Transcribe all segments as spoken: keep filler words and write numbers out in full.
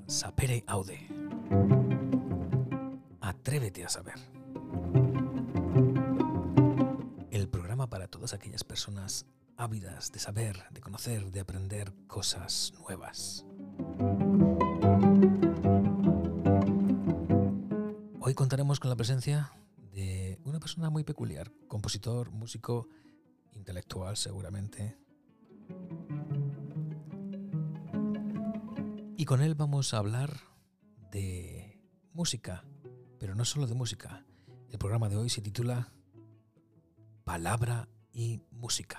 Sapere Aude. Atrévete a saber. El programa para todas aquellas personas ávidas de saber, de conocer, de aprender cosas nuevas. Hoy contaremos con la presencia de una persona muy peculiar, compositor, músico, intelectual seguramente. Y con él vamos a hablar de música, pero no solo de música. El programa de hoy se titula Palabra y Música.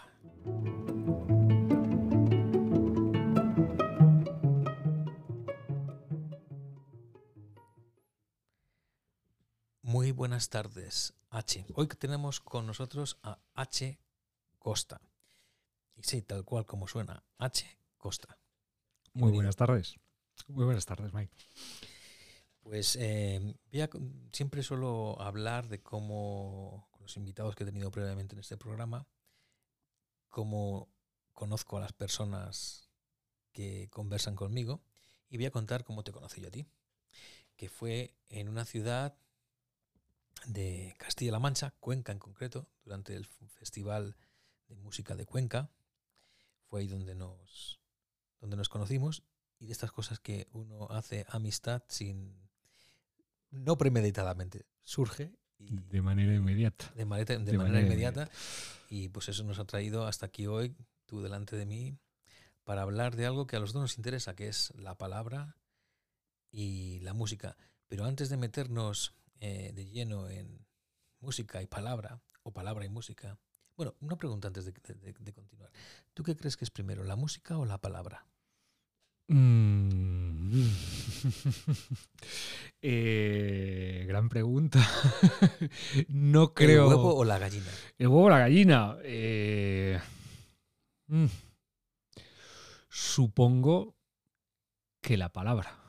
Muy buenas tardes, H. Hoy tenemos con nosotros a H. Costa. Y sí, tal cual como suena, H. Costa. Muy buenas tardes. Muy buenas tardes, Mike. Pues eh, voy a, siempre suelo hablar de cómo, con los invitados que he tenido previamente en este programa, cómo conozco a las personas que conversan conmigo, y voy a contar cómo te conocí yo a ti, que fue en una ciudad de Castilla-La Mancha, Cuenca en concreto, durante el Festival de Música de Cuenca. Fue ahí donde nos, donde nos conocimos, y de estas cosas que uno hace amistad sin, no premeditadamente, surge. Y, de manera inmediata. De, manera, de, de manera, manera inmediata, inmediata. Y pues eso nos ha traído hasta aquí hoy, tú delante de mí, para hablar de algo que a los dos nos interesa, que es la palabra y la música. Pero antes de meternos eh, de lleno en música y palabra, o palabra y música, bueno, una pregunta antes de, de, de continuar. ¿Tú qué crees que es primero, la música o la palabra? Mm. eh, gran pregunta. No creo. ¿El huevo o la gallina? El huevo o la gallina. Eh... Mm. Supongo que la palabra.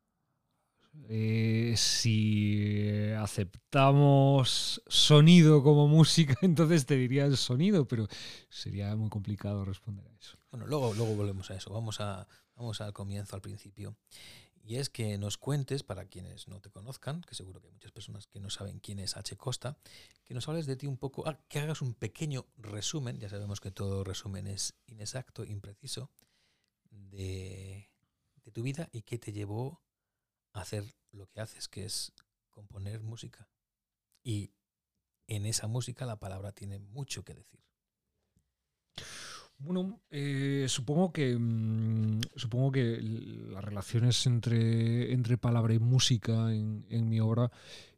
Eh, si aceptamos sonido como música, entonces te diría el sonido, pero sería muy complicado responder a eso. Bueno, luego, luego volvemos a eso. Vamos a, vamos al comienzo, al principio. Y es que nos cuentes, para quienes no te conozcan, que seguro que hay muchas personas que no saben quién es H. Costa, que nos hables de ti un poco, ah, que hagas un pequeño resumen, ya sabemos que todo resumen es inexacto, impreciso, de, de tu vida y qué te llevó a hacer lo que haces, que es componer música. Y en esa música la palabra tiene mucho que decir. Bueno, eh, supongo que mmm, supongo que las relaciones entre, entre palabra y música en, en mi obra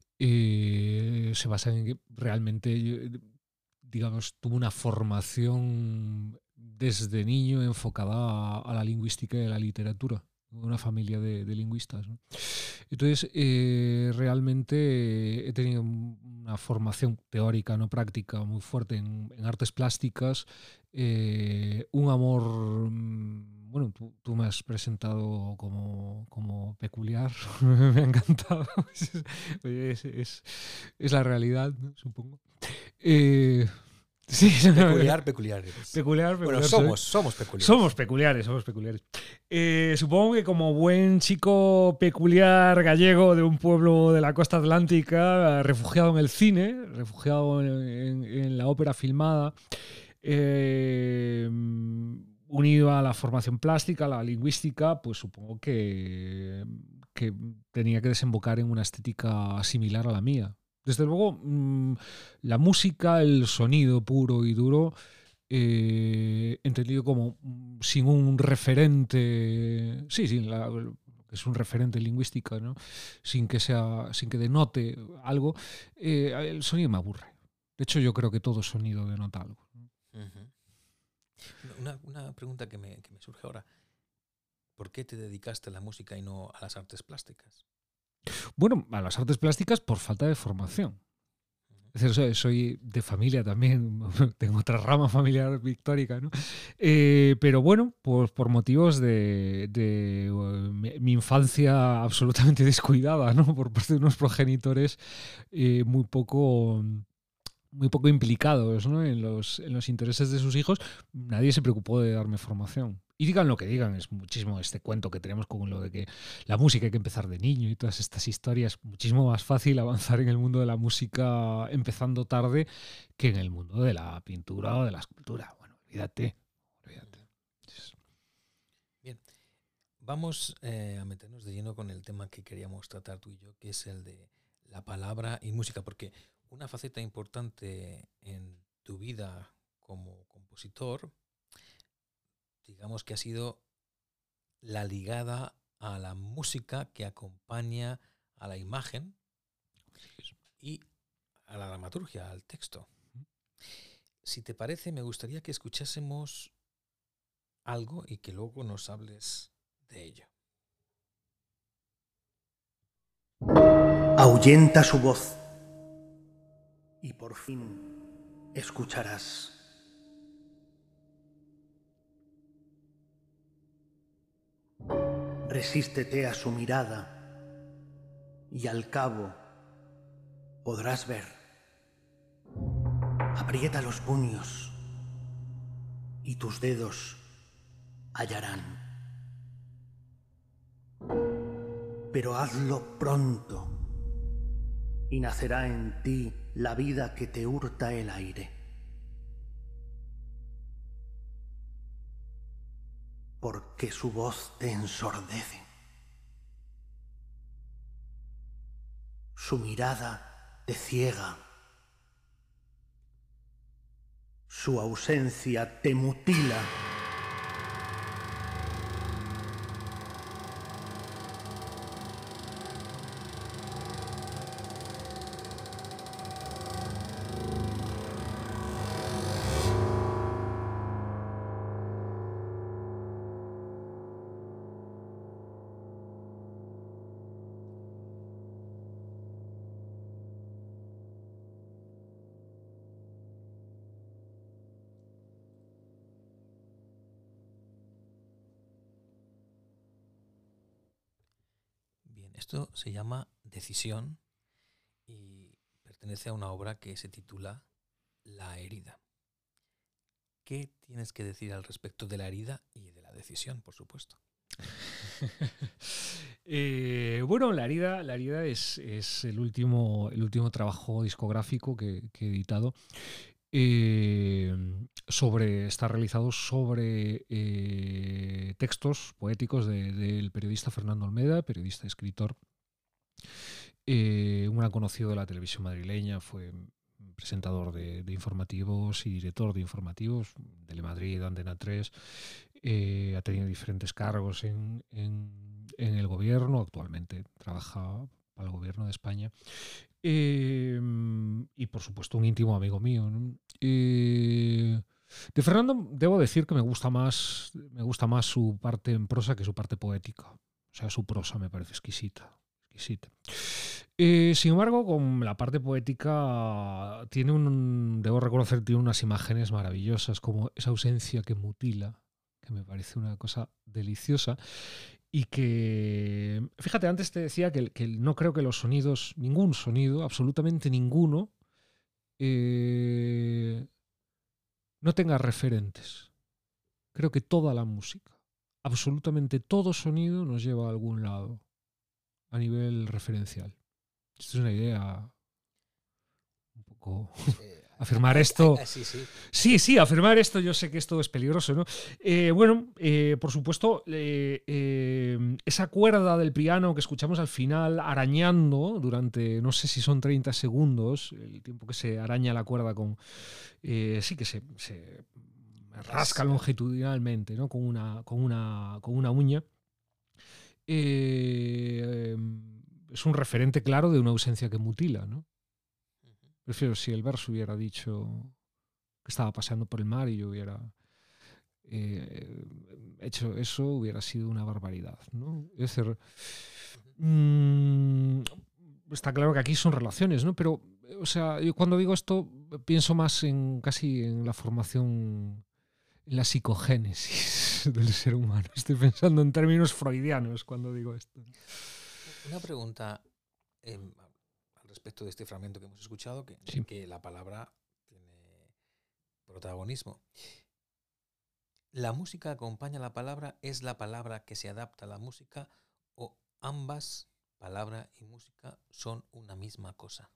eh, se basan en que realmente, digamos, tuve una formación desde niño enfocada a, a la lingüística y a la literatura. Una familia de, de lingüistas, ¿no? Entonces, eh, realmente he tenido una formación teórica, no práctica, muy fuerte en, en artes plásticas, eh, un amor, bueno, tú, tú me has presentado como, como peculiar, me ha encantado, es, es, es la realidad, ¿no? Supongo. Eh, Sí, peculiar, peculiares. Peculiar, peculiar. Bueno, somos, somos peculiares. Somos peculiares, somos peculiares. Eh, supongo que como buen chico peculiar gallego de un pueblo de la costa atlántica, refugiado en el cine, refugiado en, en, en la ópera filmada, eh, unido a la formación plástica, a la lingüística, pues supongo que, que tenía que desembocar en una estética similar a la mía. Desde luego, mmm, la música, el sonido puro y duro, eh, entendido como sin un referente, sí, sí, la, es un referente lingüístico, ¿no? Sin que sea, sin que denote algo, eh, el sonido me aburre. De hecho, yo creo que todo sonido denota algo. Uh-huh. Una, una pregunta que me, que me surge ahora: ¿por qué te dedicaste a la música y no a las artes plásticas? Bueno, a las artes plásticas por falta de formación. Es decir, soy de familia también, tengo otra rama familiar pictórica, ¿no? Eh, pero bueno, pues por motivos de, de uh, mi, mi infancia absolutamente descuidada, ¿no? Por parte de unos progenitores eh, muy poco... muy poco implicados, ¿no? en, los, en los intereses de sus hijos, nadie se preocupó de darme formación. Y digan lo que digan, es muchísimo este cuento que tenemos con lo de que la música hay que empezar de niño y todas estas historias. Muchísimo más fácil avanzar en el mundo de la música empezando tarde que en el mundo de la pintura o de la escultura. Bueno, olvídate. olvídate. Bien, vamos eh, a meternos de lleno con el tema que queríamos tratar tú y yo, que es el de la palabra y música, porque una faceta importante en tu vida como compositor, digamos que ha sido la ligada a la música que acompaña a la imagen y a la dramaturgia, al texto. Si te parece, me gustaría que escuchásemos algo y que luego nos hables de ello. Ahuyenta su voz y por fin escucharás. Resístete a su mirada y al cabo podrás ver. Aprieta los puños y tus dedos hallarán. Pero hazlo pronto y nacerá en ti la vida que te hurta el aire. Porque su voz te ensordece. Su mirada te ciega. Su ausencia te mutila. Esto se llama Decisión y pertenece a una obra que se titula La herida. ¿Qué tienes que decir al respecto de la herida y de la decisión, por supuesto? eh, bueno, La herida, la herida es, es el, último, el último trabajo discográfico que, que he editado. Eh, sobre, está realizado sobre eh, textos poéticos de, del periodista Fernando Olmeda, periodista y escritor, eh, un gran conocido de la televisión madrileña, fue presentador de, de informativos y director de informativos, Telemadrid, Antena tres, eh, ha tenido diferentes cargos en, en, en el gobierno, actualmente trabaja para el gobierno de España. Eh, y por supuesto un íntimo amigo mío, ¿no? Eh, de Fernando debo decir que me gusta más me gusta más su parte en prosa que su parte poética. O sea, su prosa me parece exquisita, exquisita. Eh, sin embargo, con la parte poética tiene un, debo reconocer, tiene unas imágenes maravillosas, como esa ausencia que mutila, que me parece una cosa deliciosa. Y que, fíjate, antes te decía que, que no creo que los sonidos, ningún sonido, absolutamente ninguno, eh, no tenga referentes. Creo que toda la música, absolutamente todo sonido nos lleva a algún lado, a nivel referencial. Esto es una idea un poco... Eh, afirmar esto... Ah, sí, sí. sí, sí, afirmar esto, yo sé que esto es peligroso, ¿no? Eh, bueno, eh, por supuesto, eh, eh, esa cuerda del piano que escuchamos al final arañando durante, no sé si son treinta segundos, el tiempo que se araña la cuerda con... Eh, sí que se, se rasca longitudinalmente, ¿no? Con una, con una, con una uña. Eh, es un referente claro de una ausencia que mutila, ¿no? Prefiero si el verso hubiera dicho que estaba paseando por el mar y yo hubiera eh, hecho eso, hubiera sido una barbaridad, ¿no? Es decir, mmm, está claro que aquí son relaciones, ¿no? Pero, o sea, yo cuando digo esto pienso más en casi en la formación, en la psicogénesis del ser humano. Estoy pensando en términos freudianos cuando digo esto. Una pregunta eh, al respecto de este fragmento que hemos escuchado, que, sí. que la palabra tiene protagonismo. ¿La música acompaña a la palabra? ¿Es la palabra que se adapta a la música? ¿O ambas, palabra y música, son una misma cosa?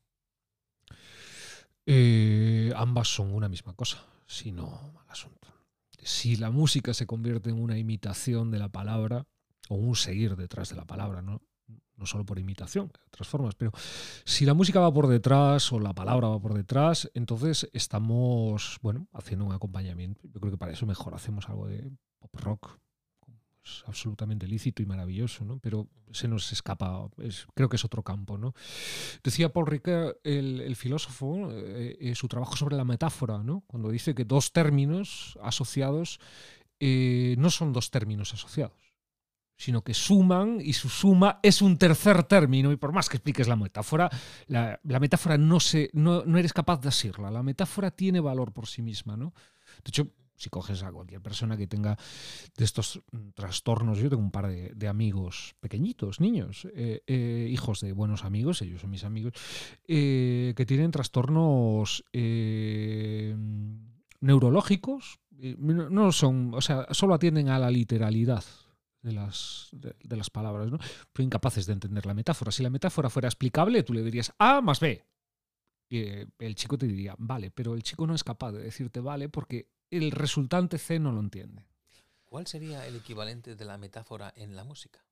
Eh, ambas son una misma cosa, si no, mal asunto. Si la música se convierte en una imitación de la palabra, o un seguir detrás de la palabra, ¿no? No solo por imitación, de otras formas, pero si la música va por detrás o la palabra va por detrás, entonces estamos, bueno, haciendo un acompañamiento. Yo creo que para eso mejor hacemos algo de pop rock. Es absolutamente lícito y maravilloso, ¿no? Pero se nos escapa, es, creo que es otro campo, ¿no? Decía Paul Ricoeur, el, el filósofo, eh, eh, su trabajo sobre la metáfora, ¿no? Cuando dice que dos términos asociados eh, no son dos términos asociados, sino que suman y su suma es un tercer término, y por más que expliques la metáfora, la, la metáfora no, se, no, no eres capaz de asirla. La metáfora tiene valor por sí misma, ¿no? De hecho, si coges a cualquier persona que tenga de estos trastornos, yo tengo un par de, de amigos pequeñitos, niños, eh, eh, hijos de buenos amigos, ellos son mis amigos, eh, que tienen trastornos eh, neurológicos, eh, no, no son, o sea, solo atienden a la literalidad de las, de, de las palabras, ¿no? Pero incapaces de entender la metáfora. Si la metáfora fuera explicable, tú le dirías A más B. Y eh, el chico te diría, vale, pero el chico no es capaz de decirte vale porque el resultante C no lo entiende. ¿Cuál sería el equivalente de la metáfora en la música?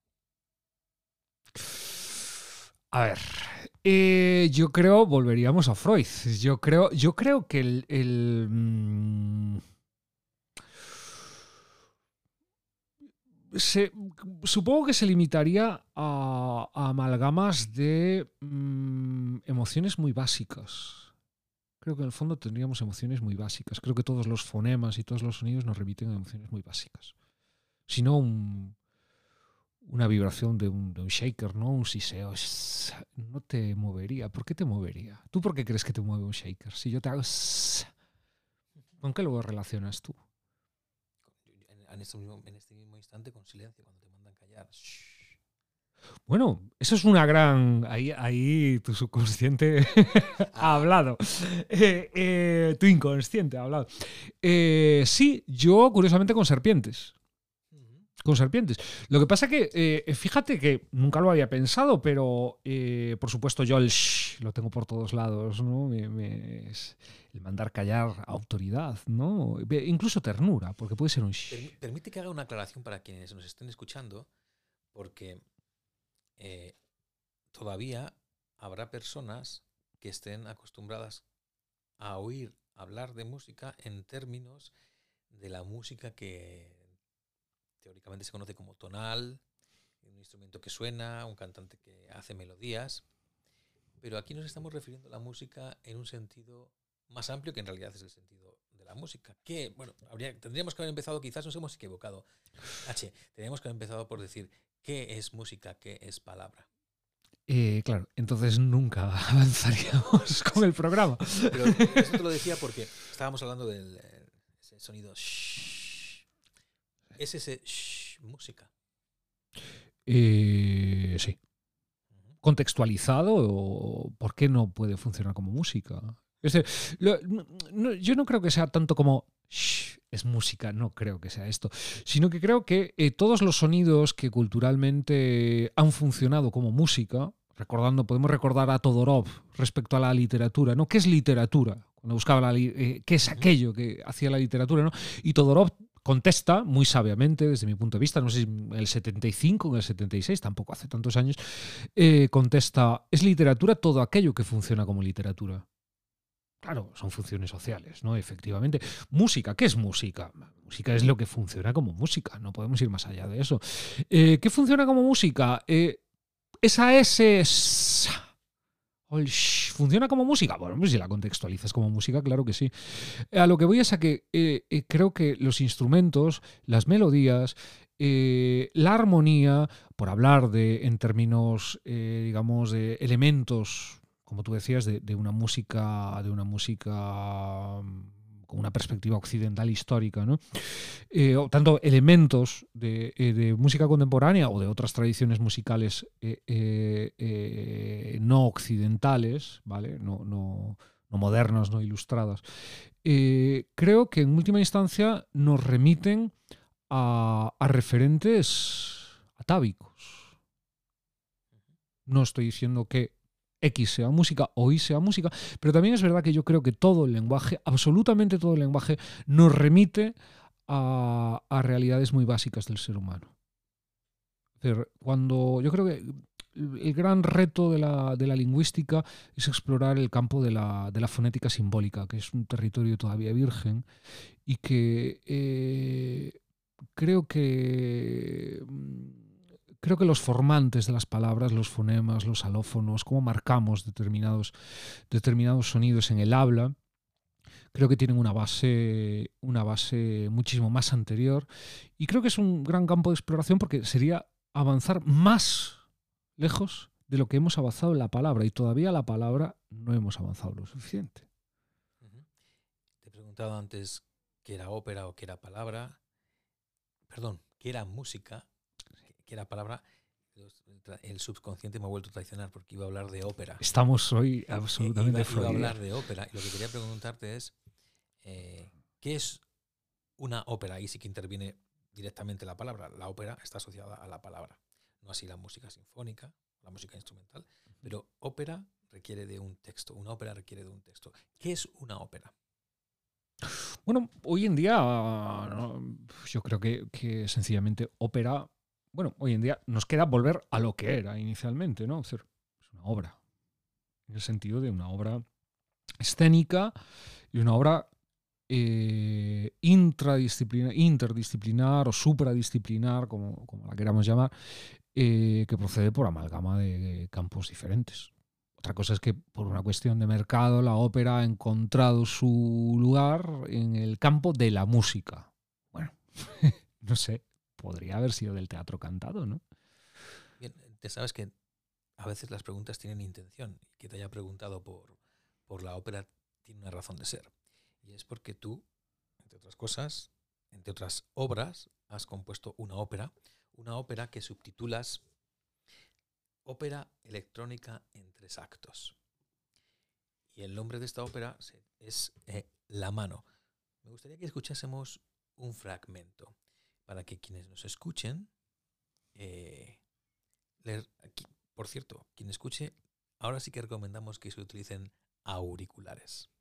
A ver, eh, yo creo, volveríamos a Freud. Yo creo, yo creo que el... el mmm, Se, supongo que se limitaría a, a amalgamas de mmm, emociones muy básicas. Creo que en el fondo tendríamos emociones muy básicas. Creo que todos los fonemas y todos los sonidos nos remiten a emociones muy básicas. Si no, un, una vibración de un, de un shaker, ¿no? Un siseo, no te movería. ¿Por qué te movería? ¿Tú por qué crees que te mueve un shaker? Si yo te hago... ¿Con qué luego relacionas tú? En este, mismo, en este mismo instante con silencio, cuando te mandan callar. Shh. Bueno, eso es una gran... Ahí, ahí tu subconsciente ha hablado. Eh, eh, tu inconsciente ha hablado. Eh, sí, yo curiosamente con serpientes. Con serpientes. Lo que pasa que, eh, fíjate que nunca lo había pensado, pero eh, por supuesto yo el shh lo tengo por todos lados, ¿no? Me, me, es el mandar callar a autoridad, ¿no? Incluso ternura, porque puede ser un shh. Permite que haga una aclaración para quienes nos estén escuchando, porque eh, todavía habrá personas que estén acostumbradas a oír hablar de música en términos de la música que teóricamente se conoce como tonal, un instrumento que suena, un cantante que hace melodías, pero aquí nos estamos refiriendo a la música en un sentido más amplio que en realidad es el sentido de la música. Que, bueno, habría, tendríamos que haber empezado, quizás nos hemos equivocado, H, tendríamos que haber empezado por decir qué es música, qué es palabra. Eh, claro, entonces nunca avanzaríamos con el programa. Pero eso te lo decía porque estábamos hablando del ese sonido shh. ¿Es ese shh, música? Eh, sí. ¿Contextualizado o por qué no puede funcionar como música? Es decir, lo, no, yo no creo que sea tanto como shh, es música, no creo que sea esto, sino que creo que eh, todos los sonidos que culturalmente han funcionado como música, recordando, podemos recordar a Todorov respecto a la literatura, ¿no? ¿Qué es literatura? Cuando buscaba la, eh, ¿qué es aquello que hacía la literatura, ¿no? Y Todorov contesta muy sabiamente, desde mi punto de vista, no sé si en el setenta y cinco o en el setenta y seis, tampoco hace tantos años, eh, contesta, es literatura todo aquello que funciona como literatura. Claro, son funciones sociales, ¿no? Efectivamente. Música, ¿qué es música? Música es lo que funciona como música, no podemos ir más allá de eso. Eh, ¿Qué funciona como música? Eh, esa S... ¿Funciona como música? Bueno, pues si la contextualizas como música, claro que sí. A lo que voy es a que eh, eh, creo que los instrumentos, las melodías, eh, la armonía, por hablar de en términos, eh, digamos, de elementos, como tú decías, de, de una música, de una música con una perspectiva occidental histórica, ¿no? Eh, o tanto elementos de, eh, de música contemporánea o de otras tradiciones musicales eh, eh, eh, no occidentales, ¿vale? No, no, no modernas, no ilustradas, eh, creo que en última instancia nos remiten a, a referentes atávicos. No estoy diciendo que X sea música o Y sea música, pero también es verdad que yo creo que todo el lenguaje, absolutamente todo el lenguaje, nos remite a, a realidades muy básicas del ser humano. Es decir, cuando yo creo que el gran reto de la, de la lingüística es explorar el campo de la, de la fonética simbólica, que es un territorio todavía virgen y que eh, creo que creo que los formantes de las palabras, los fonemas, los alófonos, cómo marcamos determinados, determinados sonidos en el habla, creo que tienen una base, una base muchísimo más anterior y creo que es un gran campo de exploración porque sería avanzar más lejos de lo que hemos avanzado en la palabra y todavía la palabra no hemos avanzado lo suficiente. Uh-huh. Te he preguntado antes qué era ópera o qué era palabra. Perdón, qué era música, qué era palabra. El subconsciente me ha vuelto a traicionar porque iba a hablar de ópera. Estamos hoy absolutamente iba, iba a hablar de ópera. Y lo que quería preguntarte es eh, ¿qué es una ópera? Ahí sí que interviene directamente la palabra. La ópera está asociada a la palabra. No así la música sinfónica, la música instrumental, pero ópera requiere de un texto, una ópera requiere de un texto. ¿Qué es una ópera? Bueno, hoy en día no, yo creo que, que sencillamente ópera, bueno, hoy en día nos queda volver a lo que era inicialmente, ¿no? Es decir, es una obra, en el sentido de una obra escénica y una obra eh, intradisciplinar, interdisciplinar o supradisciplinar, como, como la queramos llamar, Eh, que procede por amalgama de campos diferentes. Otra cosa es que por una cuestión de mercado la ópera ha encontrado su lugar en el campo de la música. Bueno, no sé, podría haber sido del teatro cantado, ¿no? Bien, te sabes que a veces las preguntas tienen intención y que te haya preguntado por, por la ópera tiene una razón de ser. Y es porque tú, entre otras cosas, entre otras obras, has compuesto una ópera Una ópera que subtitulas Ópera electrónica en tres actos. Y el nombre de esta ópera es eh, La mano. Me gustaría que escuchásemos un fragmento para que quienes nos escuchen, eh, leer aquí, por cierto, quien escuche, ahora sí que recomendamos que se utilicen auriculares.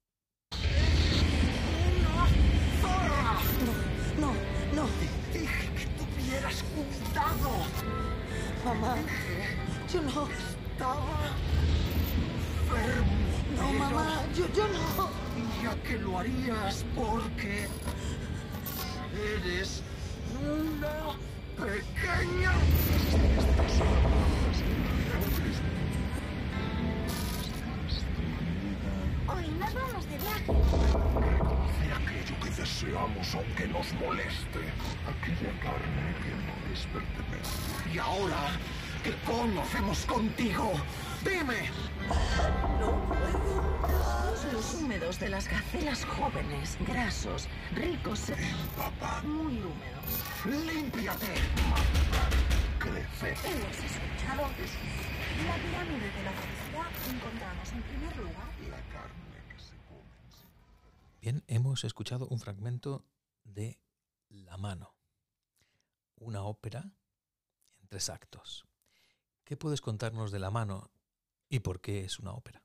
No, no, no. Te dije que tuvieras cuidado. Mamá, yo no. Estaba enfermo. No, pero mamá, yo, yo no. Ya que lo harías porque eres una pequeña. Hoy nos vamos de viaje. Hacer aquello que deseamos aunque nos moleste. Aquella carne que no les pertenece. Y ahora, ¿qué coño hacemos contigo? ¡Dime! No puedo. Los húmedos de las gacelas jóvenes, grasos, ricos, Papá, muy húmedos. límpiate. Crece. Hemos escuchado. La pirámide de la felicidad encontramos en primer lugar La carne que se come. Bien, hemos escuchado un fragmento de La mano, una ópera en tres actos. ¿Qué puedes contarnos de La mano y por qué es una ópera?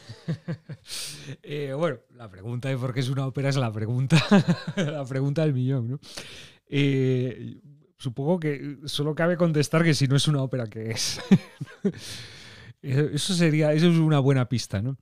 eh, bueno, la pregunta de por qué es una ópera es la pregunta, la pregunta del millón, ¿no? Eh, supongo que solo cabe contestar que si no es una ópera, ¿qué es? Eso sería, eso es una buena pista, ¿no?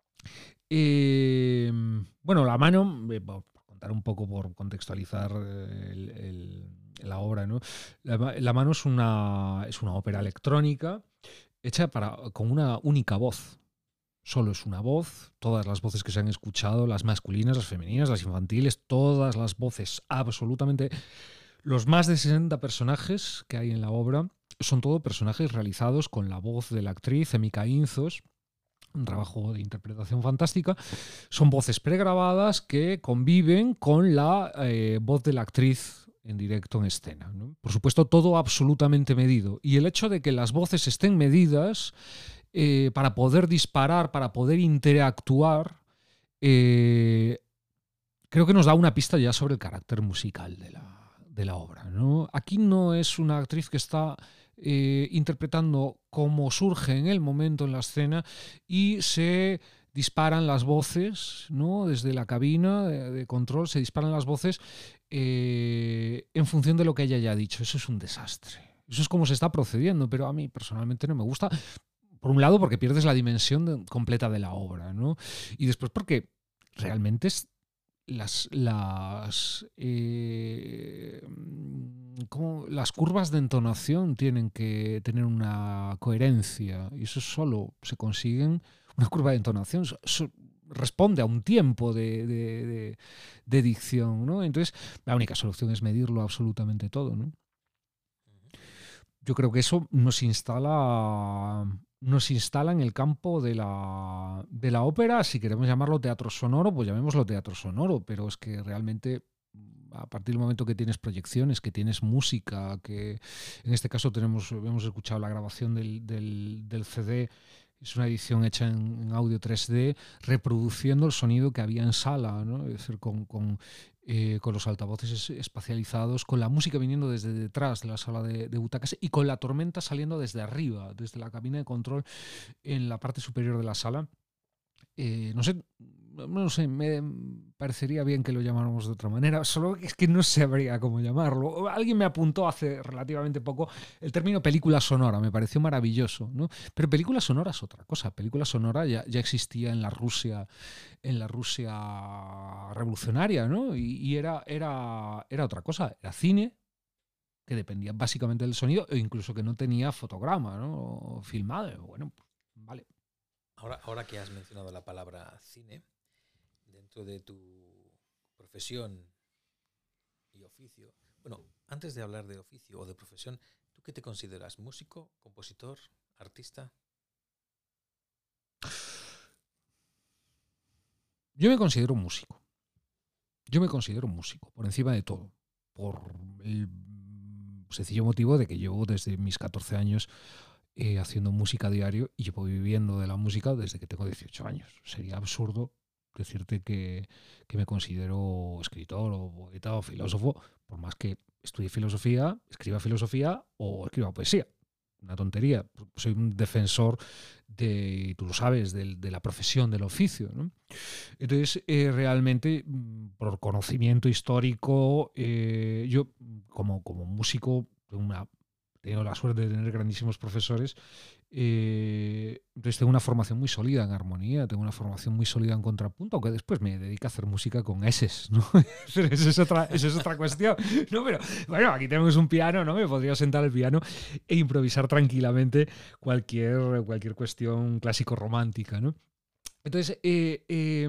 Eh, bueno, La mano, eh, por contar un poco, por contextualizar el, el, la obra, ¿no? La, la mano es una, es una ópera electrónica hecha para, con una única voz. Solo es una voz, todas las voces que se han escuchado, las masculinas, las femeninas, las infantiles, todas las voces, absolutamente. Los más de sesenta personajes que hay en la obra son todos personajes realizados con la voz de la actriz Emika Inzos, un trabajo de interpretación fantástica. Son voces pregrabadas que conviven con la eh, voz de la actriz en directo en escena, ¿no? Por supuesto, todo absolutamente medido. Y el hecho de que las voces estén medidas eh, para poder disparar, para poder interactuar, eh, creo que nos da una pista ya sobre el carácter musical de la, de la obra, ¿no? Aquí no es una actriz que está eh, interpretando como surge en el momento en la escena y se disparan las voces, ¿no? Desde la cabina de, de control se disparan las voces eh, en función de lo que ella haya dicho. Eso es un desastre. Eso es como se está procediendo, pero a mí personalmente no me gusta. Por un lado, porque pierdes la dimensión de, completa de la obra, ¿no? Y después porque realmente es las, las, eh, como las curvas de entonación tienen que tener una coherencia y eso solo se consiguen. Una curva de entonación so, so, responde a un tiempo de, de, de, de dicción, ¿no? Entonces, la única solución es medirlo absolutamente todo, ¿no? Yo creo que eso nos instala, nos instala en el campo de la, de la ópera. Si queremos llamarlo teatro sonoro, pues llamémoslo teatro sonoro, pero es que realmente a partir del momento que tienes proyecciones, que tienes música, que en este caso tenemos, hemos escuchado la grabación del, del, del C D. Es una edición hecha en, en audio tres D, reproduciendo el sonido que había en sala, ¿no? Es decir, con, con, eh, con los altavoces espacializados, con la música viniendo desde detrás de la sala de, de butacas y con la tormenta saliendo desde arriba, desde la cabina de control en la parte superior de la sala. Eh, no sé, no sé, me parecería bien que lo llamáramos de otra manera, solo que es que no sabría cómo llamarlo. Alguien me apuntó hace relativamente poco el término película sonora, me pareció maravilloso, ¿no? Pero película sonora es otra cosa. Película sonora ya, ya existía en la Rusia, en la Rusia revolucionaria, ¿no? Y, y era, era, era otra cosa, era cine que dependía básicamente del sonido e incluso que no tenía fotograma, ¿no? Filmado, bueno, vale. Ahora, ahora que has mencionado la palabra cine, dentro de tu profesión y oficio, bueno, antes de hablar de oficio o de profesión, ¿tú qué te consideras? ¿Músico, compositor, artista? Yo me considero un músico. Yo me considero un músico, por encima de todo. Por el sencillo motivo de que llevo desde mis catorce años Eh, haciendo música a diario y llevo viviendo de la música desde que tengo dieciocho años. Sería absurdo decirte que, que me considero escritor o poeta o filósofo, por más que estudie filosofía, escriba filosofía o escriba poesía. Una tontería. Soy un defensor de, y tú lo sabes, de, de la profesión, del oficio, ¿no? Entonces, eh, realmente, por conocimiento histórico, eh, yo como, como músico, tengo una tengo la suerte de tener grandísimos profesores, eh, entonces tengo una formación muy sólida en armonía, tengo una formación muy sólida en contrapunto, aunque después me dedico a hacer música con eses, ¿no? Pero eso es otra, eso es otra cuestión, ¿no? Pero bueno, aquí tenemos un piano, ¿no? Me podría sentar al piano e improvisar tranquilamente cualquier, cualquier cuestión clásico-romántica, ¿no? Entonces, eh, eh,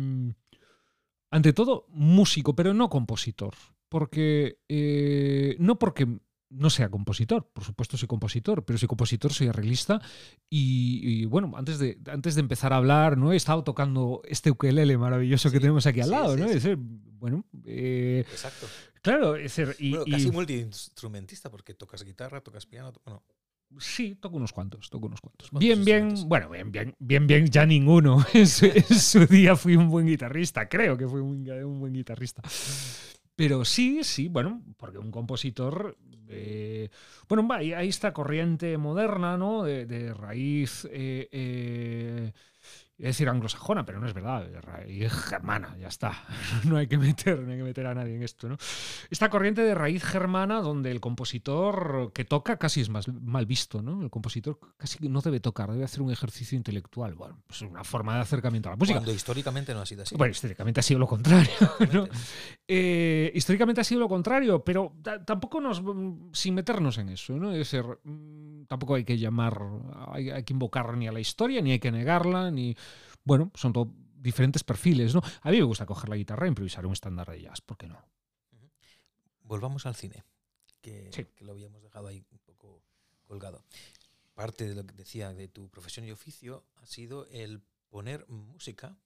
ante todo, músico, pero no compositor, porque eh, no porque no sea compositor, por supuesto soy compositor, pero soy compositor, soy arreglista y, y bueno, antes de, antes de empezar a hablar, ¿no? He estado tocando este ukelele maravilloso sí, que tenemos aquí al sí, lado, sí, ¿no? Sí. Es decir, bueno, eh, exacto. Claro, es decir, y, bueno, casi y, multiinstrumentista porque tocas guitarra, tocas piano, to bueno. Sí, toco unos cuantos, toco unos cuantos. ¿Cuántos bien, bien, bueno, bien, bien, bien, bien, ya ninguno. En su, en su día fui un buen guitarrista, creo que fui un, un buen guitarrista. Pero sí, sí, bueno, porque un compositor, eh, bueno, hay, hay esta corriente moderna, ¿no? De, de raíz, eh, eh, es decir, anglosajona, pero no es verdad, de raíz germana, ya está. No hay que meter, no hay que meter a nadie en esto, ¿no? Esta corriente de raíz germana donde el compositor que toca casi es más mal visto, ¿no? El compositor casi no debe tocar, debe hacer un ejercicio intelectual. Bueno, pues es una forma de acercamiento a la música. Cuando históricamente no ha sido así. Bueno, históricamente ha sido lo contrario, ¿no? Eh, históricamente ha sido lo contrario, pero tampoco nos, sin meternos en eso, ¿no? Es decir, tampoco hay que llamar, hay, hay que invocar ni a la historia, ni hay que negarla, ni... Bueno, son todo diferentes perfiles, ¿no? A mí me gusta coger la guitarra e improvisar un estándar de jazz, ¿por qué no? Volvamos al cine, que, sí. que lo habíamos dejado ahí un poco colgado. Parte de lo que decía de tu profesión y oficio ha sido el poner música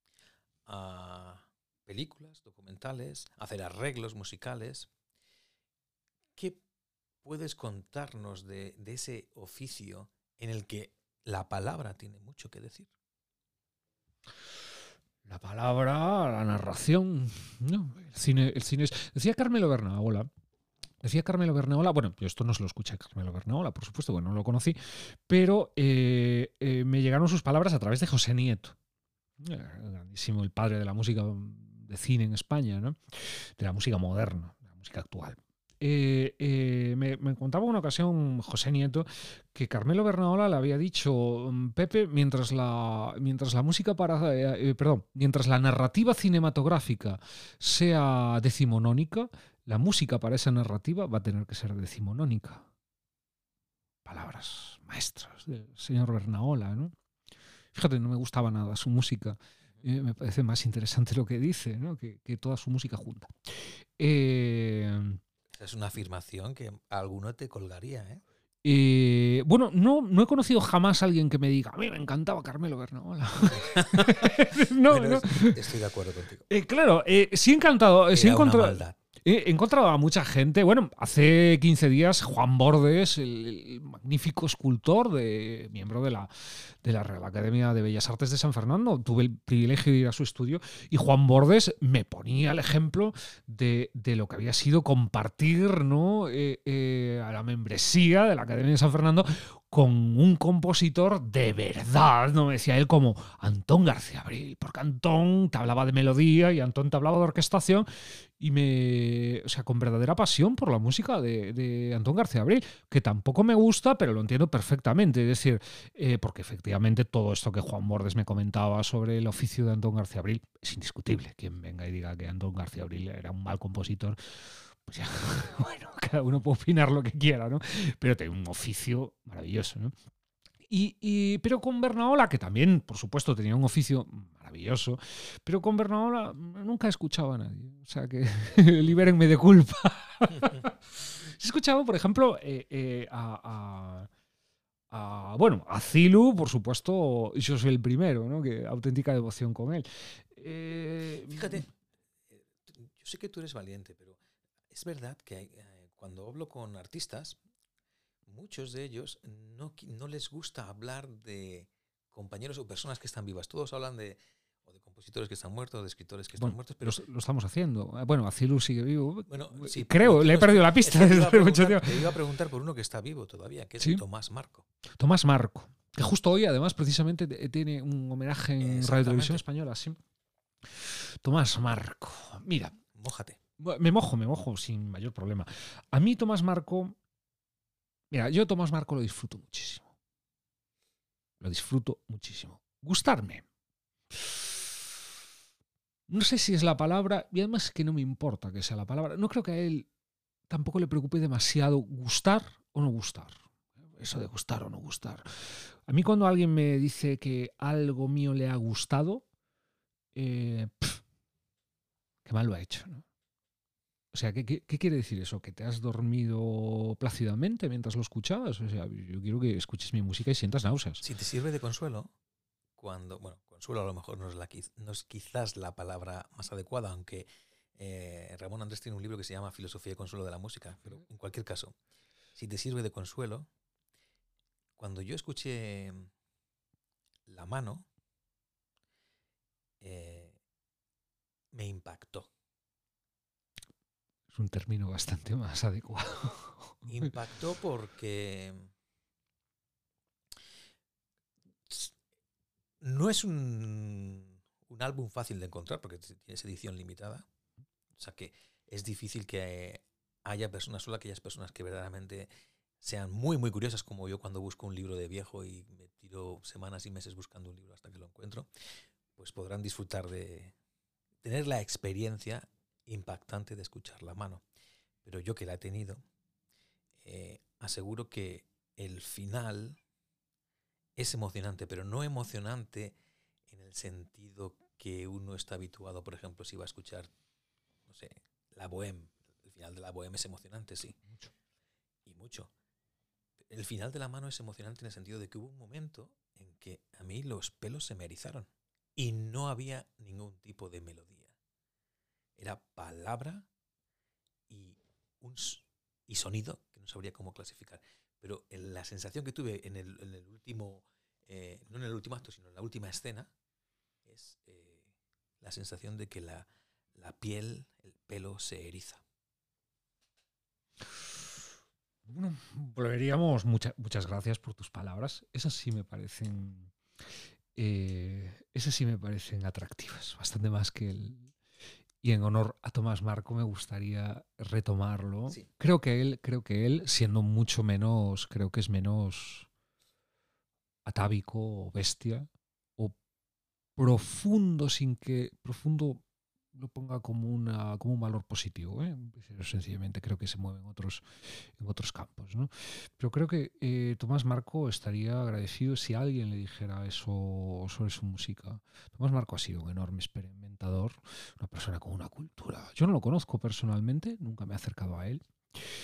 a películas, documentales, hacer arreglos musicales. ¿Qué puedes contarnos de, de ese oficio en el que la palabra tiene mucho que decir? la palabra, la narración. No, el cine, el cine es... Decía Carmelo Bernaola, decía Carmelo Bernaola, bueno, yo esto no se lo escuché a Carmelo Bernaola, por supuesto, bueno, no lo conocí, pero eh, eh, me llegaron sus palabras a través de José Nieto, eh, grandísimo, el padre de la música de cine en España, ¿no? De la música moderna, de la música actual. Eh, eh, me, me contaba una ocasión José Nieto que Carmelo Bernaola le había dicho: Pepe, mientras la, mientras la música para, eh, perdón, mientras la narrativa cinematográfica sea decimonónica, la música para esa narrativa va a tener que ser decimonónica. Palabras maestras del señor Bernaola, ¿no? Fíjate, no me gustaba nada su música. Eh, me parece más interesante lo que dice, ¿no? que, que toda su música junta. Eh, Es una afirmación que a alguno te colgaría, ¿eh? Eh, bueno, no, no he conocido jamás a alguien que me diga: a mí me encantaba Carmelo Bernaola. no, Bueno, no. Estoy de acuerdo contigo. Eh, claro, eh, sí he encantado. Eh, sí he, Era una encontrado, maldad. eh, he encontrado a mucha gente. Bueno, hace quince días Juan Bordes, el, el magnífico escultor, de, miembro de la, de la Real Academia de Bellas Artes de San Fernando, tuve el privilegio de ir a su estudio y Juan Bordes me ponía el ejemplo de, de lo que había sido compartir, ¿no? eh, eh, a la membresía de la Academia de San Fernando con un compositor de verdad, no me decía él como Antón García Abril, porque Antón te hablaba de melodía y Antón te hablaba de orquestación y me, o sea, con verdadera pasión por la música de, de Antón García Abril, que tampoco me gusta, pero lo entiendo perfectamente, es decir, eh, porque efectivamente todo esto que Juan Bordes me comentaba sobre el oficio de Antón García Abril es indiscutible. Quien venga y diga que Antón García Abril era un mal compositor, pues ya, bueno, cada uno puede opinar lo que quiera, ¿no? Pero tiene un oficio maravilloso, ¿no? Y, y, pero con Bernaola, que también, por supuesto, tenía un oficio maravilloso, pero con Bernaola nunca he escuchado a nadie. O sea que libérenme de culpa. He escuchado, por ejemplo, eh, eh, a, a, a, bueno, a Zilu, por supuesto, yo soy el primero, ¿no? Que auténtica devoción con él. Eh, Fíjate, yo sé que tú eres valiente, pero es verdad que hay, eh, cuando hablo con artistas, muchos de ellos no, no les gusta hablar de compañeros o personas que están vivas. Todos hablan de, o de compositores que están muertos, de escritores que están bueno, muertos. Pero lo, lo estamos haciendo. Bueno, Azilu sigue vivo. Bueno, sí, creo, le he perdido la pista. Es que te, iba desde mucho tiempo. te iba a preguntar por uno que está vivo todavía, que es ¿sí? Tomás Marco. Tomás Marco, que justo hoy además precisamente tiene un homenaje en Radio Televisión Española. Sí. Tomás Marco. Mira. Mójate. Me mojo, me mojo sin mayor problema. A mí Tomás Marco... Mira, yo Tomás Marco lo disfruto muchísimo. Lo disfruto muchísimo. Gustarme. No sé si es la palabra, y además es que no me importa que sea la palabra. No creo que a él tampoco le preocupe demasiado gustar o no gustar. Eso de gustar o no gustar. A mí cuando alguien me dice que algo mío le ha gustado, eh, pff, qué mal lo ha hecho, ¿no? O sea, ¿qué, qué, ¿qué quiere decir eso? ¿Que te has dormido plácidamente mientras lo escuchabas? O sea, yo quiero que escuches mi música y sientas náuseas. Si te sirve de consuelo, cuando, bueno, consuelo a lo mejor no es, la, no es quizás la palabra más adecuada, aunque eh, Ramón Andrés tiene un libro que se llama Filosofía y Consuelo de la Música, pero en cualquier caso, si te sirve de consuelo, cuando yo escuché La Mano, eh, me impactó. Es un término bastante más adecuado. Impactó porque no es un, un álbum fácil de encontrar porque tiene esa edición limitada. O sea que es difícil que haya personas, solo aquellas personas que verdaderamente sean muy, muy curiosas, como yo cuando busco un libro de viejo y me tiro semanas y meses buscando un libro hasta que lo encuentro, pues podrán disfrutar de tener la experiencia impactante de escuchar La Mano. Pero yo que la he tenido, eh, aseguro que el final es emocionante, pero no emocionante en el sentido que uno está habituado. Por ejemplo, si va a escuchar, no sé, La Bohème. El final de La Bohème es emocionante, sí. Mucho. Y mucho. El final de La Mano es emocionante en el sentido de que hubo un momento en que a mí los pelos se me erizaron y no había ningún tipo de melodía. Era palabra y, un, y sonido que no sabría cómo clasificar. Pero en la sensación que tuve en el, en el último, eh, no en el último acto, sino en la última escena, es, eh, la sensación de que la, la piel, el pelo se eriza. Bueno, volveríamos. Mucha, muchas gracias por tus palabras. Esas sí me parecen. Eh, esas sí me parecen atractivas, bastante más que el. Y en honor a Tomás Marco me gustaría retomarlo. Sí. Creo que él, creo que él, siendo mucho menos, creo que es menos atávico o bestia o profundo sin que profundo lo ponga como una como un valor positivo, ¿eh? Sencillamente creo que se mueve en otros en otros campos, ¿no? Pero creo que eh, Tomás Marco estaría agradecido si alguien le dijera eso sobre su música. Tomás Marco ha sido un enorme experimentador, una persona con una cultura. Yo no lo conozco personalmente, nunca me he acercado a él.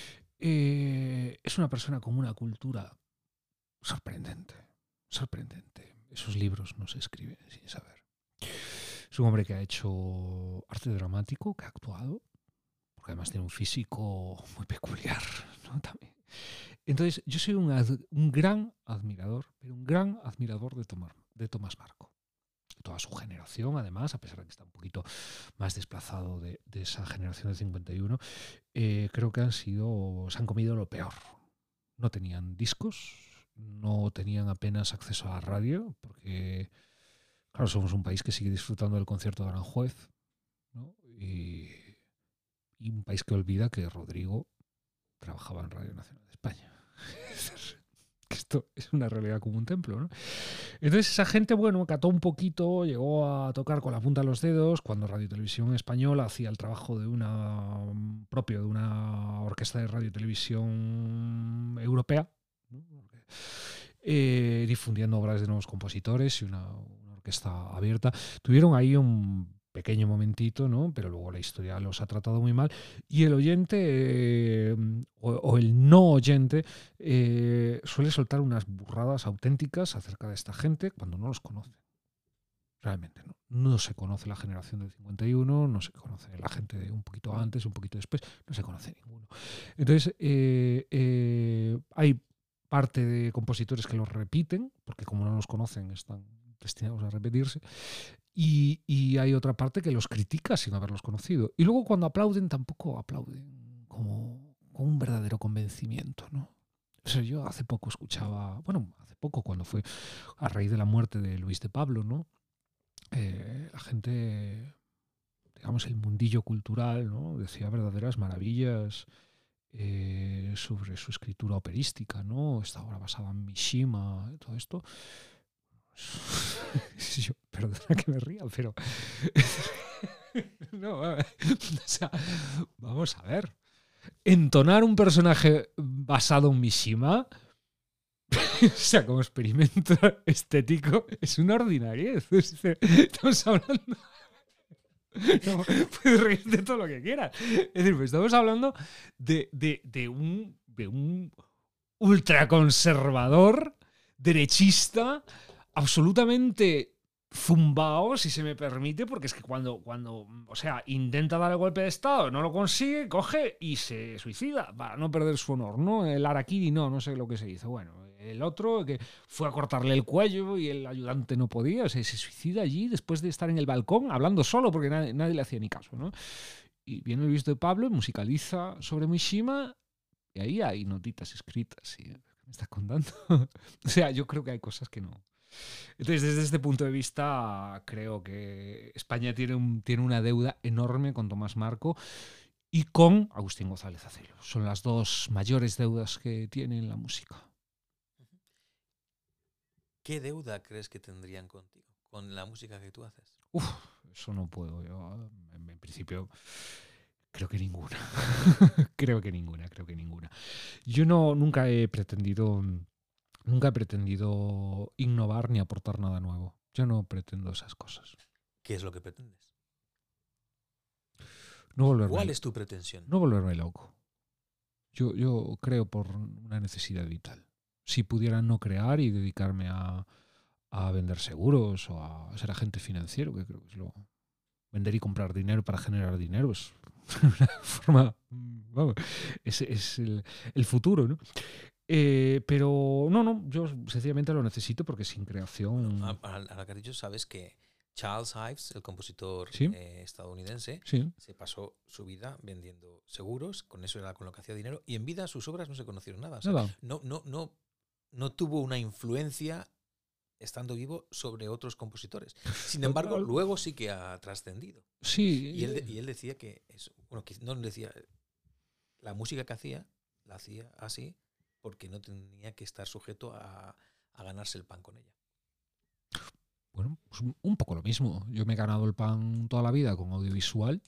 Eh, es una persona con una cultura sorprendente, sorprendente. Esos libros no se escriben sin saber. Es un hombre que ha hecho arte dramático, que ha actuado, porque además tiene un físico muy peculiar, ¿no? También. Entonces, yo soy un, ad, un gran admirador, pero un gran admirador de, Tomar, de Tomás Marco. Toda su generación, además, a pesar de que está un poquito más desplazado de, de esa generación del cincuenta y uno, eh, creo que han sido, se han comido lo peor. No tenían discos, no tenían apenas acceso a la radio, porque... Claro, somos un país que sigue disfrutando del concierto de Aranjuez, ¿no? y, y un país que olvida que Rodrigo trabajaba en Radio Nacional de España. Esto es una realidad como un templo, ¿no? Entonces esa gente, bueno, cató un poquito, llegó a tocar con la punta de los dedos cuando Radio Televisión Española hacía el trabajo de una propio de una orquesta de radio y televisión europea, ¿no? eh, difundiendo obras de nuevos compositores y una orquesta abierta. Tuvieron ahí un pequeño momentito, ¿no? Pero luego la historia los ha tratado muy mal y el oyente eh, o, o el no oyente eh, suele soltar unas burradas auténticas acerca de esta gente cuando no los conoce. Realmente no. No se conoce la generación del cincuenta y uno, no se conoce la gente de un poquito antes, un poquito después, no se conoce ninguno. Entonces eh, eh, hay parte de compositores que los repiten, porque como no los conocen están destinados a repetirse, y, y hay otra parte que los critica sin haberlos conocido. Y luego cuando aplauden tampoco aplauden como con un verdadero convencimiento, ¿no? O sea, yo hace poco escuchaba, bueno, hace poco cuando fue a raíz de la muerte de Luis de Pablo, ¿no? Eh, la gente, digamos, el mundillo cultural, ¿no? Decía verdaderas maravillas eh, sobre su escritura operística, ¿no? Esta obra basada en Mishima, todo esto. Yo, perdona que me ría, pero no, o sea, vamos a ver. Entonar un personaje basado en Mishima, o sea, como experimento estético, es una ordinariedad. Estamos hablando. No, puedes reírte de todo lo que quieras. Es decir, pues estamos hablando de, de, de, un, de un ultraconservador, derechista, absolutamente zumbao, si se me permite, porque es que cuando, cuando, o sea, intenta dar el golpe de estado, no lo consigue, coge y se suicida para no perder su honor, ¿no? El harakiri no, no sé lo que se hizo. Bueno, el otro que fue a cortarle el cuello y el ayudante no podía, o sea, se suicida allí después de estar en el balcón hablando solo porque nadie, nadie le hacía ni caso, ¿no? Y viene Luis de Pablo, musicaliza sobre Mishima y ahí hay notitas escritas. ¿Sí? ¿Qué me estás contando? O sea, yo creo que hay cosas que no. Entonces, desde este punto de vista, creo que España tiene, un, tiene una deuda enorme con Tomás Marco y con Agustín González Acelo. Son las dos mayores deudas que tiene la música. ¿Qué deuda crees que tendrían contigo, con la música que tú haces? Uf, eso no puedo. Yo, en, en principio, creo que ninguna. creo que ninguna, creo que ninguna. Yo no, nunca he pretendido... Nunca he pretendido innovar ni aportar nada nuevo. Yo no pretendo esas cosas. ¿Qué es lo que pretendes? No volverme, ¿Cuál es tu pretensión? No volverme loco. Yo, yo creo por una necesidad vital. Si pudiera no crear y dedicarme a, a vender seguros o a ser agente financiero, que creo que es lo... Vender y comprar dinero para generar dinero es una forma... Vamos, es, es el, el futuro, ¿no? Eh, pero no, no, yo sencillamente lo necesito porque sin creación... Ahora que has dicho, sabes que Charles Ives, el compositor ¿Sí? eh, estadounidense, Sí. se pasó su vida vendiendo seguros, con eso era con lo que hacía dinero, y en vida sus obras no se conocieron nada. O sea, Nada. no, no, no, no tuvo una influencia, estando vivo, sobre otros compositores. Sin embargo, Al- luego sí que ha trascendido. Sí. Y él, de- y él decía que, eso, bueno, que no decía, la música que hacía, la hacía así porque no tenía que estar sujeto a, a ganarse el pan con ella. Bueno, pues un- un poco lo mismo. Yo me he ganado el pan toda la vida con audiovisual.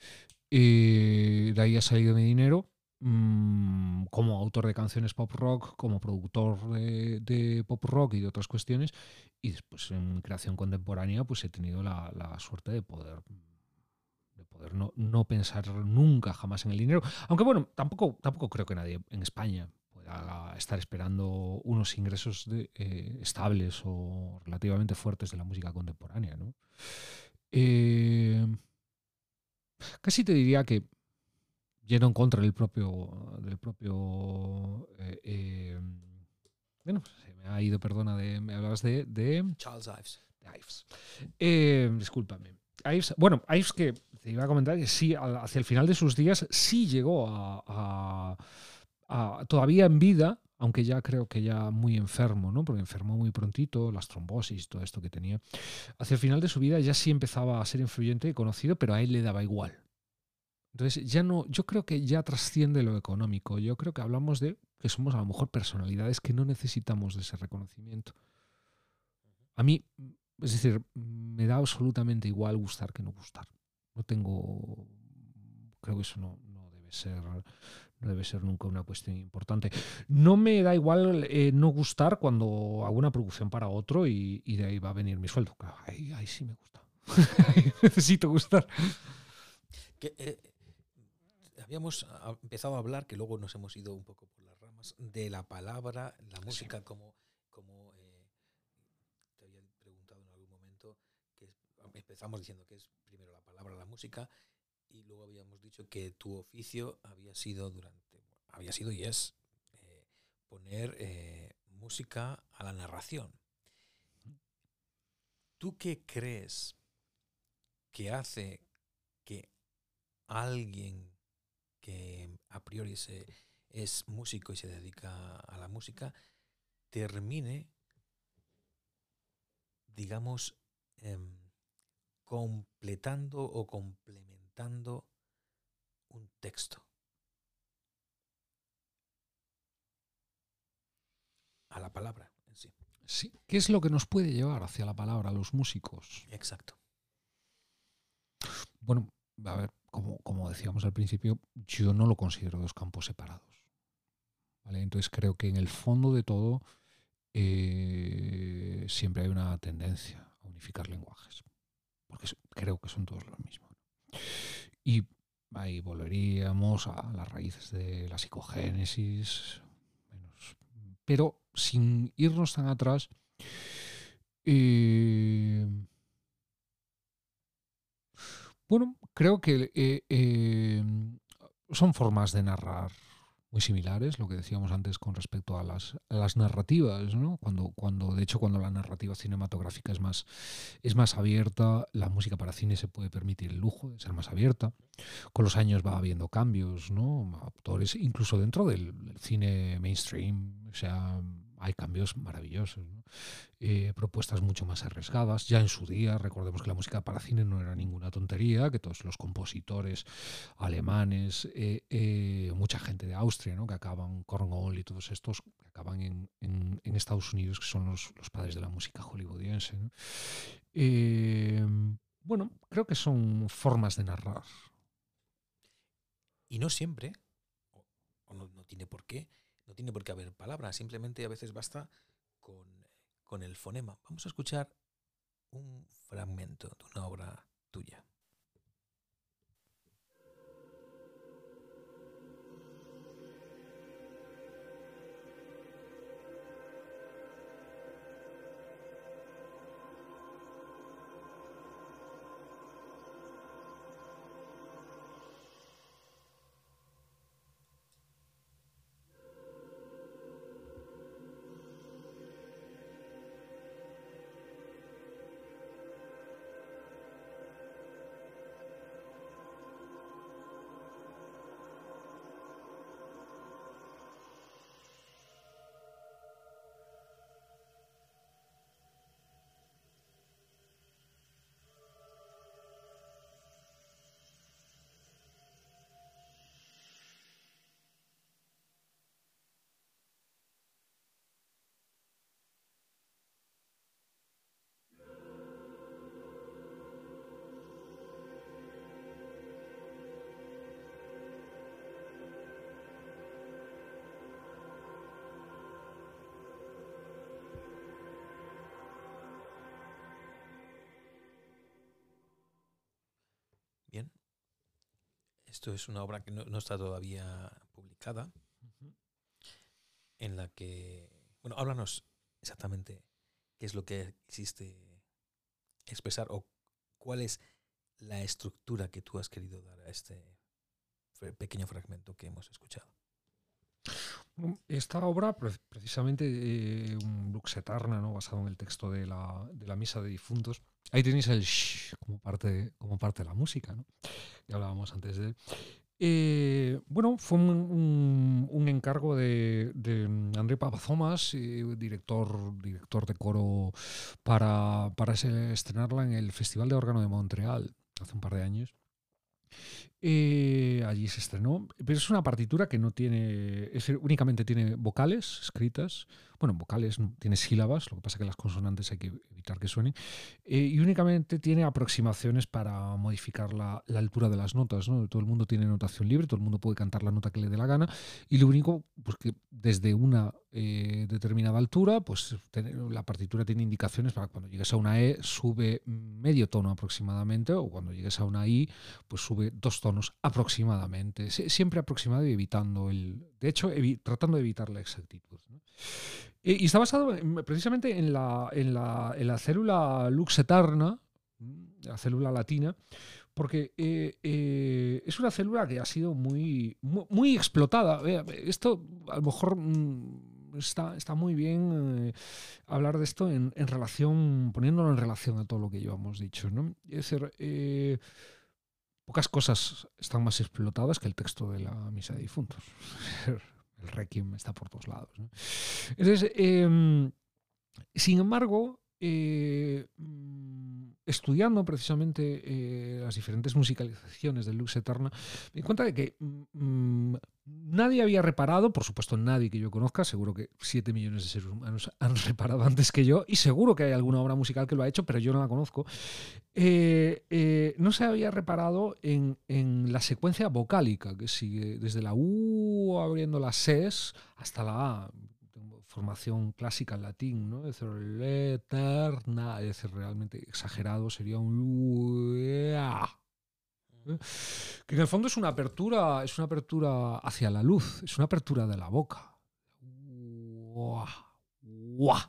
Y de ahí ha salido mi dinero mm, como autor de canciones pop rock, como productor de, de pop rock y de otras cuestiones. Y después en mi creación contemporánea pues he tenido la, la suerte de poder, de poder no, no pensar nunca jamás en el dinero. Aunque bueno, tampoco, tampoco creo que nadie en España pueda estar esperando unos ingresos de, eh, estables o relativamente fuertes de la música contemporánea, ¿no? Eh, casi te diría que yendo en contra del propio del propio eh, eh, bueno, se me ha ido, perdona, de, me hablabas de, de, Charles Ives. de Ives. Eh, discúlpame. Ives, bueno, Ives, que te iba a comentar que sí, al- hacia el final de sus días sí llegó a, a- a- todavía en vida, aunque ya creo que ya muy enfermo, ¿no? Porque enfermó muy prontito, las trombosis, todo esto que tenía. Hacia el final de su vida ya sí empezaba a ser influyente y conocido, pero a él le daba igual. Entonces ya no, yo creo que ya trasciende lo económico. Yo creo que hablamos de que somos a lo mejor personalidades que no necesitamos de ese reconocimiento. A mí, es decir, me da absolutamente igual gustar que no gustar. No tengo, creo que eso no, no debe ser, no debe ser nunca una cuestión importante. No me da igual eh, no gustar cuando hago una producción para otro y, y de ahí va a venir mi sueldo. Claro, ahí, ahí sí me gusta. Ahí necesito gustar. Que, eh, habíamos ah, empezado a hablar, que luego nos hemos ido un poco por las ramas, de la palabra, la música, como, como eh, te había preguntado en algún momento, que es- empezamos diciendo que es primero la palabra, la música, y luego habíamos dicho que tu oficio había sido durante, había sido y es eh, poner eh, música a la narración. ¿Tú qué crees que hace que alguien que a priori se, es músico y se dedica a la música termine, digamos, em, completando o complementando un texto a la palabra en sí? Sí. ¿Qué es lo que nos puede llevar hacia la palabra a los músicos? Exacto. Bueno, a ver, como, como decíamos al principio, yo no lo considero dos campos separados. ¿Vale? Entonces creo que en el fondo de todo eh, siempre hay una tendencia a unificar lenguajes, porque es- creo que son todos lo mismo. Y ahí volveríamos a las raíces de la psicogénesis, menos- pero sin irnos tan atrás. eh, bueno, creo que eh, eh, son formas de narrar muy similares, lo que decíamos antes con respecto a las, a las narrativas, ¿no? Cuando, cuando, de hecho, cuando la narrativa cinematográfica es más, es más abierta, la música para cine se puede permitir el lujo de ser más abierta. Con los años va habiendo cambios, ¿no? Autores, incluso dentro del, del cine mainstream, o sea, hay cambios maravillosos, ¿no? Eh, propuestas mucho más arriesgadas. Ya en su día, recordemos que la música para cine no era ninguna tontería, que todos los compositores alemanes, eh, eh, mucha gente de Austria, ¿no? Que acaban, Korngold y todos estos, que acaban en, en, en Estados Unidos, que son los, los padres de la música hollywoodiense, ¿no? Eh, bueno, creo que son formas de narrar. Y no siempre, o, o no, no tiene por qué, no tiene por qué haber palabras, simplemente a veces basta con, con el fonema. Vamos a escuchar un fragmento de una obra tuya. Esto es una obra que no, no está todavía publicada, uh-huh. en la que... Bueno, háblanos exactamente qué es lo que quisiste expresar o cuál es la estructura que tú has querido dar a este pequeño fragmento que hemos escuchado. Esta obra, precisamente eh, un Lux Aeterna, ¿no? Basado en el texto de la, de la Misa de Difuntos. Ahí tenéis el shh como parte de, como parte de la música, ¿no? Ya hablábamos antes de él. Eh, bueno, fue un, un, un encargo de, de André Papazomas, eh, director, director de coro, para, para estrenarla en el Festival de Órgano de Montreal hace un par de años. Eh, allí se estrenó, pero es una partitura que no tiene, es decir, únicamente tiene vocales escritas, bueno, vocales, tiene sílabas, lo que pasa es que las consonantes hay que evitar que suenen, eh, y únicamente tiene aproximaciones para modificar la, la altura de las notas, ¿no? Todo el mundo tiene notación libre, todo el mundo puede cantar la nota que le dé la gana, y lo único, pues que desde una eh, determinada altura, pues la partitura tiene indicaciones para cuando llegues a una E sube medio tono aproximadamente, o cuando llegues a una I, pues sube dos tonos aproximadamente, siempre aproximado y evitando el, de hecho, evi, tratando de evitar la exactitud, ¿no? Y está basado precisamente en la, en la, en la célula Lux Aeterna, la célula latina, porque eh, eh, es una célula que ha sido muy, muy, muy explotada. Esto a lo mejor está, está muy bien eh, hablar de esto en, en relación, poniéndolo en relación a todo lo que llevamos dicho, ¿no? Es decir, eh, pocas cosas están más explotadas que el texto de la Misa de Difuntos. El Requiem está por todos lados, ¿no? Entonces, eh, sin embargo, eh, estudiando precisamente eh, las diferentes musicalizaciones del Lux Aeterna, me di cuenta de que mmm, nadie había reparado, por supuesto nadie que yo conozca, seguro que siete millones de seres humanos han reparado antes que yo, y seguro que hay alguna obra musical que lo ha hecho, pero yo no la conozco. Eh, eh, no se había reparado en, en la secuencia vocálica que sigue desde la U abriendo las ses hasta la A. Formación clásica en latín, ¿no? Es decir, eterna, es decir, realmente exagerado sería un ¿eh? Que en el fondo es una apertura, es una apertura hacia la luz, es una apertura de la boca. Guau, guau,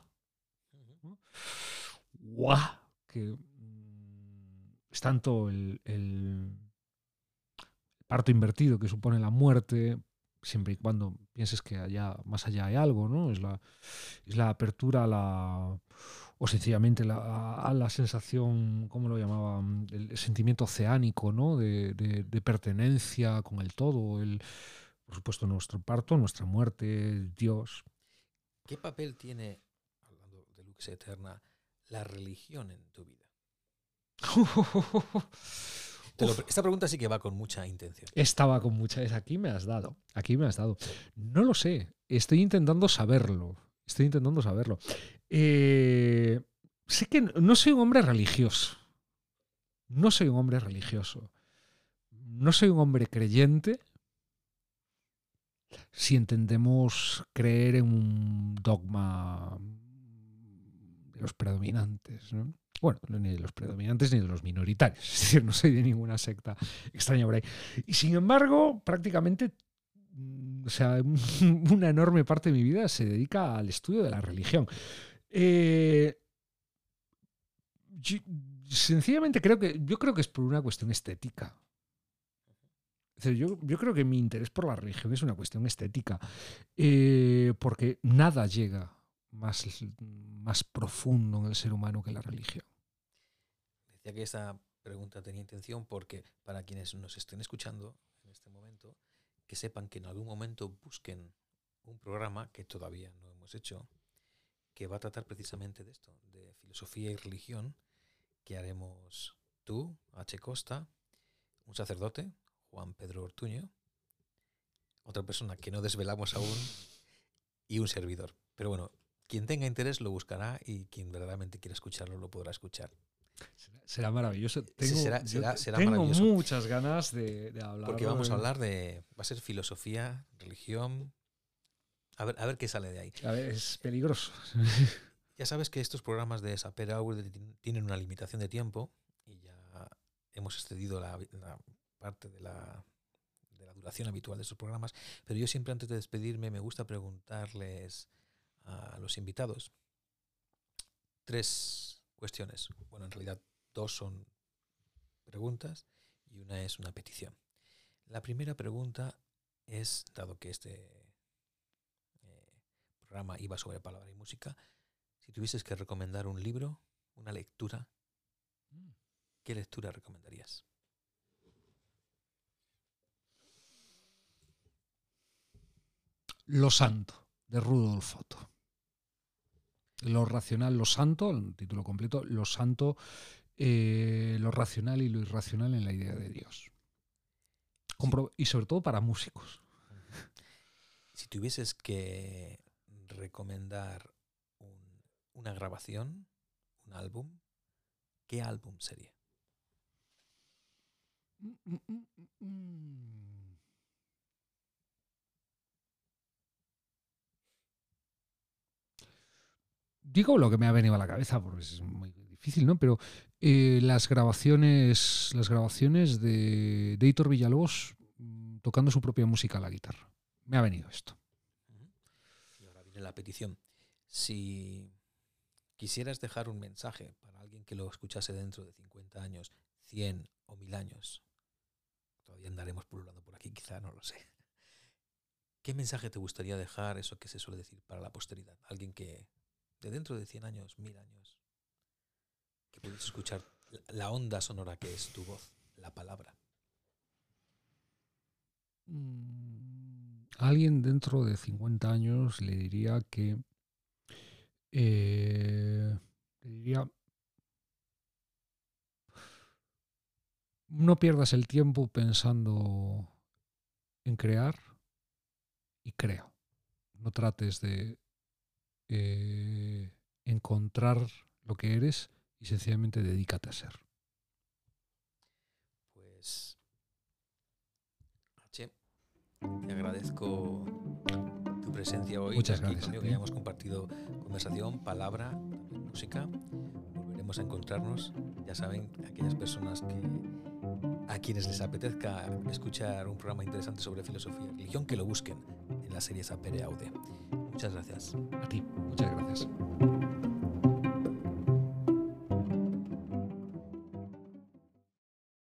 guau, que es tanto el, el parto invertido que supone la muerte, siempre y cuando pienses que allá, más allá hay algo, ¿no? Es la, es la apertura a la, o sencillamente la, a, a la sensación, ¿cómo lo llamaba? El sentimiento oceánico, ¿no? De, de, de pertenencia con el todo, el, por supuesto nuestro parto, nuestra muerte, Dios. ¿Qué papel tiene, hablando de Lux Aeterna, la religión en tu vida? Te lo, esta pregunta sí que va con mucha intención. Estaba con mucha... Aquí me has dado. Aquí me has dado. No lo sé. Estoy intentando saberlo. Estoy intentando saberlo. Eh, sé que no soy un hombre religioso. No soy un hombre religioso. No soy un hombre creyente. Si entendemos creer en un dogma de los predominantes, ¿no? Bueno, ni de los predominantes ni de los minoritarios. Es decir, no soy de ninguna secta extraña por ahí. Y sin embargo, prácticamente, o sea, una enorme parte de mi vida se dedica al estudio de la religión. Eh, yo, sencillamente creo que, yo creo que es por una cuestión estética. Es decir, yo, yo creo que mi interés por la religión es una cuestión estética. Eh, porque nada llega más, más profundo en el ser humano que la religión. Decía que esta pregunta tenía intención porque para quienes nos estén escuchando en este momento, que sepan que en algún momento busquen un programa que todavía no hemos hecho, que va a tratar precisamente de esto, de filosofía y religión, que haremos tú, H. Costa, un sacerdote, Juan Pedro Ortuño, otra persona que no desvelamos aún y un servidor. Pero bueno, quien tenga interés lo buscará y quien verdaderamente quiera escucharlo lo podrá escuchar. Será, será maravilloso. Tengo, será, será, será tengo maravilloso. muchas ganas de, de hablar. Porque vamos a hablar de... Va a ser filosofía, religión... A ver, a ver qué sale de ahí. A ver, es peligroso. Ya sabes que estos programas de Sapere Aude tienen una limitación de tiempo y ya hemos excedido la, la parte de la, de la duración habitual de esos programas, pero yo siempre antes de despedirme me gusta preguntarles a los invitados tres cuestiones. Bueno, en realidad dos son preguntas y una es una petición. La primera pregunta es, dado que este eh, programa iba sobre palabra y música, si tuvieses que recomendar un libro, una lectura, ¿qué lectura recomendarías? Lo Santo, de Rudolf Otto. Lo racional, lo santo, el título completo, lo santo, eh, lo racional y lo irracional en la idea de Dios. Compro- y sobre todo para músicos. Si tuvieses que recomendar un- una grabación, un álbum, ¿qué álbum sería? Mm, mm, mm, mm. Digo lo que me ha venido a la cabeza, porque es muy difícil, ¿no? Pero eh, las grabaciones, las grabaciones de, de Héctor Villalobos mm, tocando su propia música a la guitarra. Me ha venido esto. Y ahora viene la petición. Si quisieras dejar un mensaje para alguien que lo escuchase dentro de cincuenta años, cien o mil años, todavía andaremos pululando por aquí, quizá, no lo sé. ¿Qué mensaje te gustaría dejar, eso que se suele decir, para la posteridad? Alguien que de dentro de cien años, mil años, que puedes escuchar la onda sonora que es tu voz, la palabra. Mm, alguien dentro de cincuenta años le diría que eh, le diría no pierdas el tiempo pensando en crear y crea. No trates de eh, encontrar lo que eres y sencillamente dedícate a ser. Pues, H, te agradezco tu presencia hoy. Muchas aquí gracias conmigo, a ti. que hayamos compartido conversación, palabra, también música. Volveremos a encontrarnos. Ya saben, aquellas personas que a quienes les apetezca escuchar un programa interesante sobre filosofía y religión, que lo busquen en la serie Sapere Aude. Muchas gracias. A ti, muchas gracias.